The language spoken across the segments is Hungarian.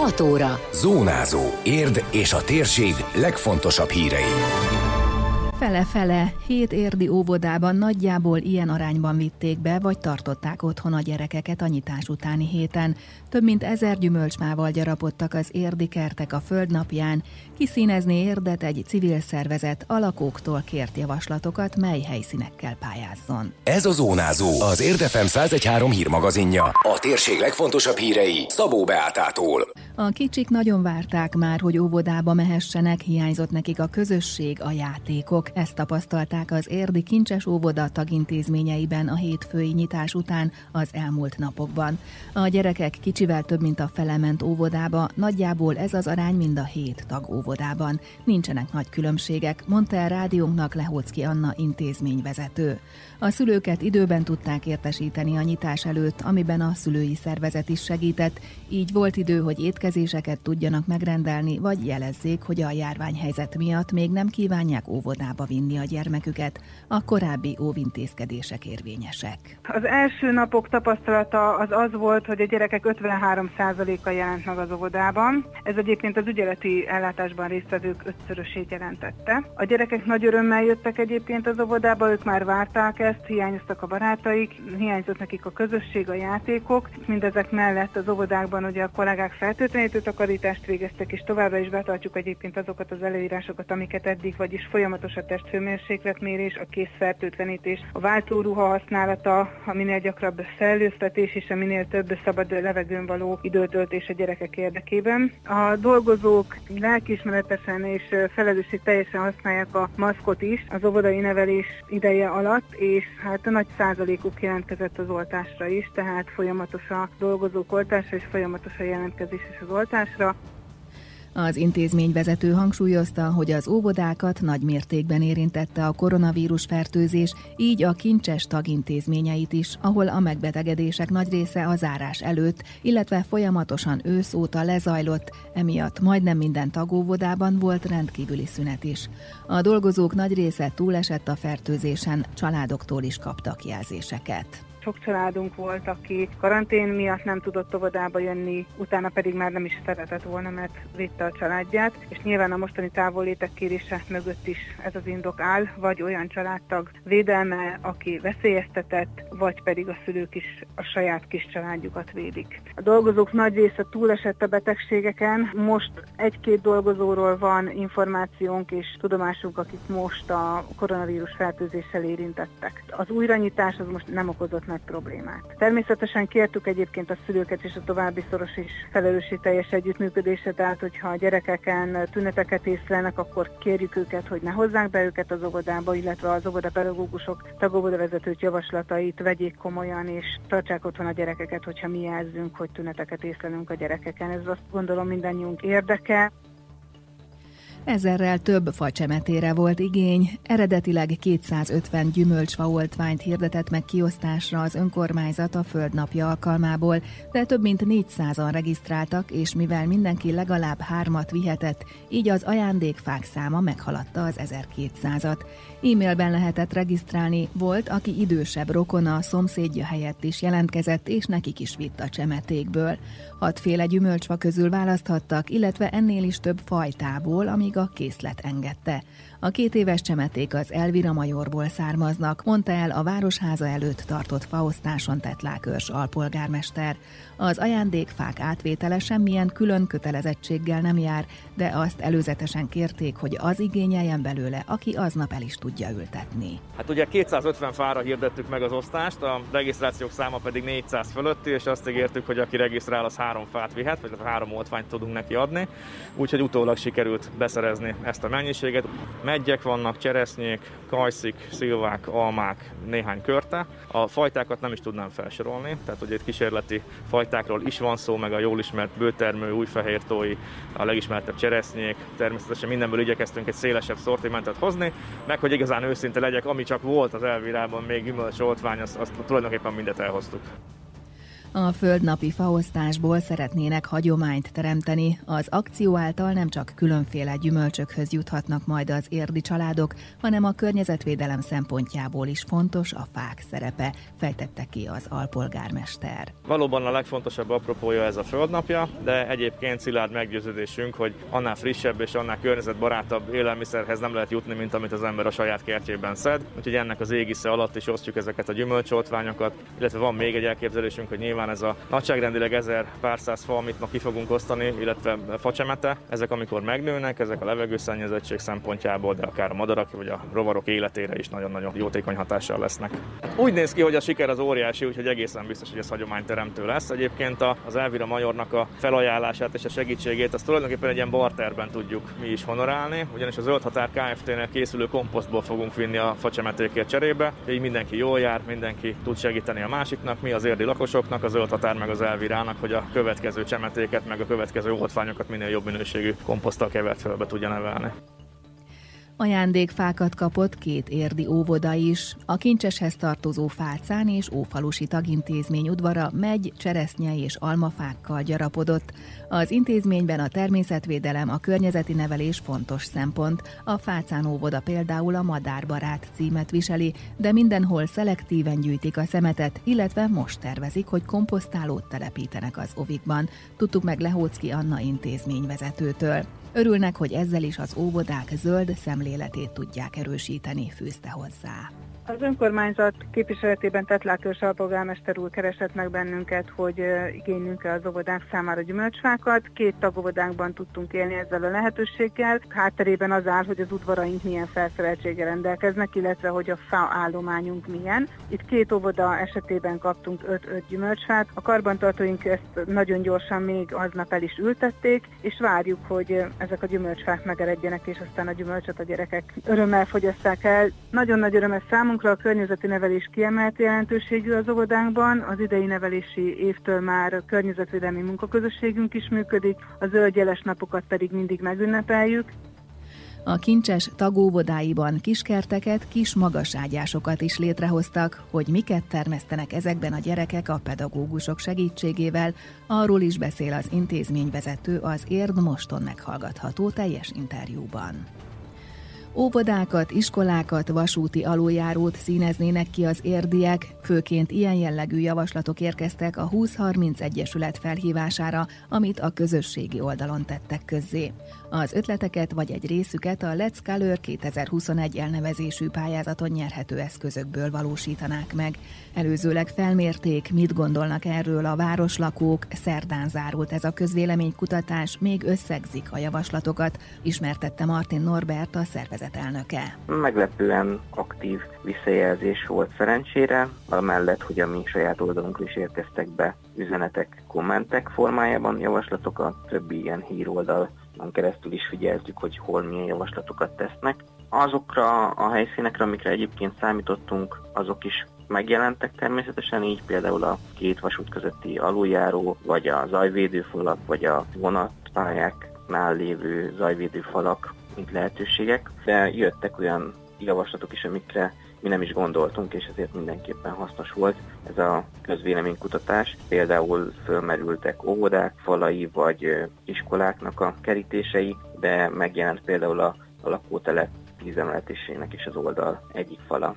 6 óra. Zónázó. Érd és a térség legfontosabb hírei. Fele-fele 7 érdi óvodában nagyjából ilyen arányban vitték be, vagy tartották otthon a gyerekeket a nyitás utáni héten. Több mint 1000 gyümölcsmával gyarapodtak az érdi kertek a Földnapján. Kiszínezni Érdet egy civil szervezet, a lakóktól kért javaslatokat, mely helyszínekkel pályázzon. Ez a Zónázó, az Érd FM 101.3 hírmagazinja. A térség legfontosabb hírei Szabó Beátától. A kicsik nagyon várták már, hogy óvodába mehessenek, hiányzott nekik a közösség, a játékok. Ezt tapasztalták az érdi Kincses óvoda tagintézményeiben a hétfői nyitás után az elmúlt napokban. A gyerekek kicsivel több mint a fele ment óvodába, nagyjából ez az arány mind a 7 tagóvodában. Nincsenek nagy különbségek, mondta el rádiónknak Lehocki Anna intézményvezető. A szülőket időben tudták értesíteni a nyitás előtt, amiben a szülői szervezet is segített, így volt idő, hogy étkezéseket tudjanak megrendelni, vagy jelezzék, hogy a járványhelyzet miatt még nem kívánják óvodába vinni a gyermeküket, a korábbi óvintézkedések érvényesek. Az első napok tapasztalata az volt, hogy a gyerekek 53%-a jelent meg az óvodában. Ez egyébként az ügyeleti ellátásban résztvevők 5-szörösét jelentette. A gyerekek nagy örömmel jöttek egyébként az óvodába, ők már várták ezt, hiányoztak a barátaik, hiányzott nekik a közösség, a játékok. Mindezek mellett az óvodákban ugye a kollégák fertőtlenítő takarítást végeztek, és továbbra is betartjuk egyébként azokat az előírásokat, amiket eddig, vagyis folyamatos a testhőmérsékletmérés, a kézfertőtlenítés, a váltóruha használata, a minél gyakrabb szellőztetés és a minél több szabad levegőn való időtöltés a gyerekek érdekében. A dolgozók lelkiismeretesen és felelősségteljesen használják a maszkot is az óvodai nevelés ideje alatt, és hát a nagy százalékuk jelentkezett az oltásra is, tehát folyamatos a dolgozók oltásra és folyamatos a jelentkezés is az oltásra. Az intézményvezető hangsúlyozta, hogy az óvodákat nagy mértékben érintette a koronavírus fertőzés, így a Kincses tagintézményeit is, ahol a megbetegedések nagy része a zárás előtt, illetve folyamatosan ősz óta lezajlott, emiatt majdnem minden tagóvodában volt rendkívüli szünet is. A dolgozók nagy része túlesett a fertőzésen, családoktól is kaptak jelzéseket. Sok családunk volt, aki karantén miatt nem tudott óvodába jönni, utána pedig már nem is szeretett volna, mert védte a családját, és nyilván a mostani távollétek kérése mögött is ez az indok áll, vagy olyan családtag védelme, aki veszélyeztetett, vagy pedig a szülők is a saját kis családjukat védik. A dolgozók nagy része túlesett a betegségeken, most 1-2 dolgozóról van információnk és tudomásunk, akik most a koronavírus fertőzéssel érintettek. Az újranyitás az most nem okozott nagy problémát. Természetesen kértük egyébként a szülőket és a további szoros és felelősségteljes együttműködésre, tehát hogyha a gyerekeken tüneteket észlelnek, akkor kérjük őket, hogy ne hozzák be őket az óvodába, illetve az óvodapedagógusok, tagóvodavezetők javaslatait vegyék komolyan, és tartsák otthon a gyerekeket, hogyha mi jelzünk, hogy tüneteket észlelünk a gyerekeken. Ez azt gondolom mindannyiunk érdeke. 1000-rel több facsemetére volt igény, eredetileg 250 gyümölcsfaoltványt hirdetett meg kiosztásra az önkormányzat a Földnapja alkalmából, de több mint 400-an regisztráltak, és mivel mindenki legalább 3-at vihetett, így az ajándékfák száma meghaladta az 1200-at. E-mailben lehetett regisztrálni, volt, aki idősebb rokona, szomszédja helyett is jelentkezett, és nekik is vitt a csemetékből. 6 féle gyümölcsfa közül választhattak, illetve ennél is több fajtából, amíg a készlet engedte. A 2 éves csemeték az Elvira Majorból származnak, mondta el a Városháza előtt tartott faosztáson Tetlák Őrs alpolgármester. Az ajándékfák átvétele semmilyen külön kötelezettséggel nem jár, de azt előzetesen kérték, hogy az igényeljen belőle, aki aznap el is tudja ültetni. Hát ugye 250 fára hirdettük meg az osztást, a regisztrációk száma pedig 400 fölötti, és azt ígértük, hogy aki regisztrál, az 3 fát vihet, vagy 3 oltványt tudunk neki adni, úgyhogy utólag sikerült beszerezni ezt a mennyiséget. Meggyek vannak, cseresznyék, kajszik, szilvák, almák, néhány körte. A fajtákat nem is tudnám felsorolni, tehát ugye itt kísérleti fajtákról is van szó, meg a jól ismert bőtermő, újfehértói, a legismertebb cseresznyék. Természetesen mindenből igyekeztünk egy szélesebb szortimentet hozni, meg hogy igazán őszinte legyek, ami csak volt az Elvirában még gyümölcsoltvány, azt tulajdonképpen mindet elhoztuk. A földnapi faosztásból szeretnének hagyományt teremteni. Az akció által nem csak különféle gyümölcsökhöz juthatnak majd az érdi családok, hanem a környezetvédelem szempontjából is fontos a fák szerepe, fejtette ki az alpolgármester. Valóban a legfontosabb apropója ez a földnapja, de egyébként szilárd meggyőződésünk, hogy annál frissebb és annál környezetbarátabb élelmiszerhez nem lehet jutni, mint amit az ember a saját kertjében szed. Úgyhogy ennek az égisze alatt is osztjuk ezeket a gyümölcsoltványokat, illetve van még egy elképzelésünk, hogy nyilván ez a nagyságrendileg 1000 pár száz fa, amit ma ki fogunk osztani, illetve facsemete, ezek amikor megnőnek, ezek a levegőszennyezettség szempontjából, de akár a madarak vagy a rovarok életére is nagyon-nagyon jótékony hatással lesznek. Úgy néz ki, hogy a siker az óriási, úgyhogy egészen biztos, hogy ez hagyományteremtő lesz. Egyébként az Elvira Majornak a felajánlását és a segítségét azt tulajdonképpen egy ilyen barterben tudjuk mi is honorálni, ugyanis a Zöld Határ Kft-nél készülő komposztból fogunk vinni a facsemetékért cserébe, így mindenki jól jár, mindenki tud segíteni a másiknak, mi az érdi lakosoknak, a Zöld Határ meg az Elvirának, hogy a következő csemetéket meg a következő oltványokat minél jobb minőségű komposzttal kevert földbe tudja nevelni. Ajándékfákat kapott 2 érdi óvoda is. A Kincseshez tartozó Fácán és Ófalusi Tagintézmény udvara megy, cseresznye és almafákkal gyarapodott. Az intézményben a természetvédelem, a környezeti nevelés fontos szempont. A Fácán óvoda például a Madárbarát címet viseli, de mindenhol szelektíven gyűjtik a szemetet, illetve most tervezik, hogy komposztálót telepítenek az ovikban. Tudtuk meg Lehóczky Anna intézményvezetőtől. Örülnek, hogy ezzel is az óvodák zöld szemléletét tudják erősíteni, fűzte hozzá. Az önkormányzat képviseletében Tetlákőrs alpolgármester úr keresett meg bennünket, hogy igénylünk-e az óvodánk számára gyümölcsfákat. 2 tagovodánkban tudtunk élni ezzel a lehetőséggel. Hátterében az áll, hogy az udvaraink milyen felszereltséggel rendelkeznek, illetve hogy a faállományunk milyen. Itt 2 óvoda esetében kaptunk 5 gyümölcsfát. A karbantartóink ezt nagyon gyorsan még aznap el is ültették, és várjuk, hogy ezek a gyümölcsfák megeredjenek, és aztán a gyümölcsöt a gyerekek örömmel fogyasszák el. Nagyon nagy öröm ez számunkra. A környezeti nevelés kiemelt jelentőségű az óvodánkban. Az idei nevelési évtől már környezetvédelmi munkaközösségünk is működik, a zöld jeles napokat pedig mindig megünnepeljük. A Kincses tagóvodáiban kiskerteket, kis magaságyásokat is létrehoztak, hogy miket termesztenek ezekben a gyerekek a pedagógusok segítségével, arról is beszél az intézményvezető az Érd Moston meghallgatható teljes interjúban. Óvodákat, iskolákat, vasúti aluljárót színeznének ki az érdiek, főként ilyen jellegű javaslatok érkeztek a 20-30 egyesület felhívására, amit a közösségi oldalon tettek közzé. Az ötleteket vagy egy részüket a Let's Color 2021 elnevezésű pályázaton nyerhető eszközökből valósítanák meg. Előzőleg felmérték, mit gondolnak erről a városlakók, szerdán zárult ez a közvéleménykutatás, még összegzik a javaslatokat, ismertette Martin Norbert, a szervezet elnöke. Meglepően aktív visszajelzés volt szerencsére, amellett, hogy a mi saját oldalunkról is érkeztek be üzenetek, kommentek formájában javaslatok, a többi ilyen híroldalon keresztül is figyeltük, hogy hol milyen javaslatokat tesznek. Azokra a helyszínekre, amikre egyébként számítottunk, azok is megjelentek természetesen, így például a 2 vasút közötti aluljáró, vagy a zajvédőfalak, vagy a vonatpályáknál lévő zajvédőfalak, mint lehetőségek, de jöttek olyan javaslatok is, amikre mi nem is gondoltunk, és ezért mindenképpen hasznos volt ez a közvéleménykutatás. Például fölmerültek óvodák falai, vagy iskoláknak a kerítései, de megjelent például a lakótelep 10 emeletésének is az oldal egyik fala.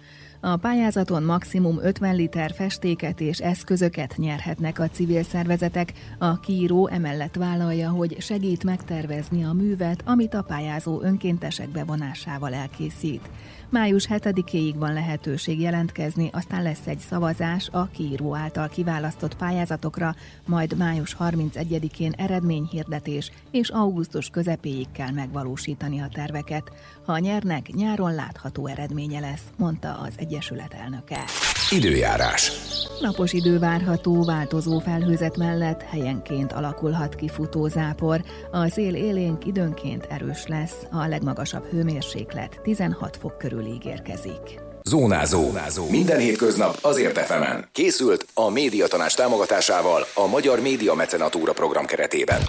A pályázaton maximum 50 liter festéket és eszközöket nyerhetnek a civil szervezetek. A kiíró emellett vállalja, hogy segít megtervezni a művet, amit a pályázó önkéntesek bevonásával elkészít. Május 7-éig van lehetőség jelentkezni, aztán lesz egy szavazás a kiíró által kiválasztott pályázatokra, majd május 31-én eredményhirdetés, és augusztus közepéig kell megvalósítani a terveket. Ha nyernek, nyáron látható eredménye lesz, mondta az egyesület elnöke. Időjárás. Napos idő várható, változó felhőzet mellett helyenként alakulhat ki futózápor. A szél élénk időnként erős lesz, a legmagasabb hőmérséklet 16 fok körül érkezik. Zónázó. Minden hétköznap az Érd FM-en. Készült a Médiatanács támogatásával a Magyar Média Mecenatúra program keretében.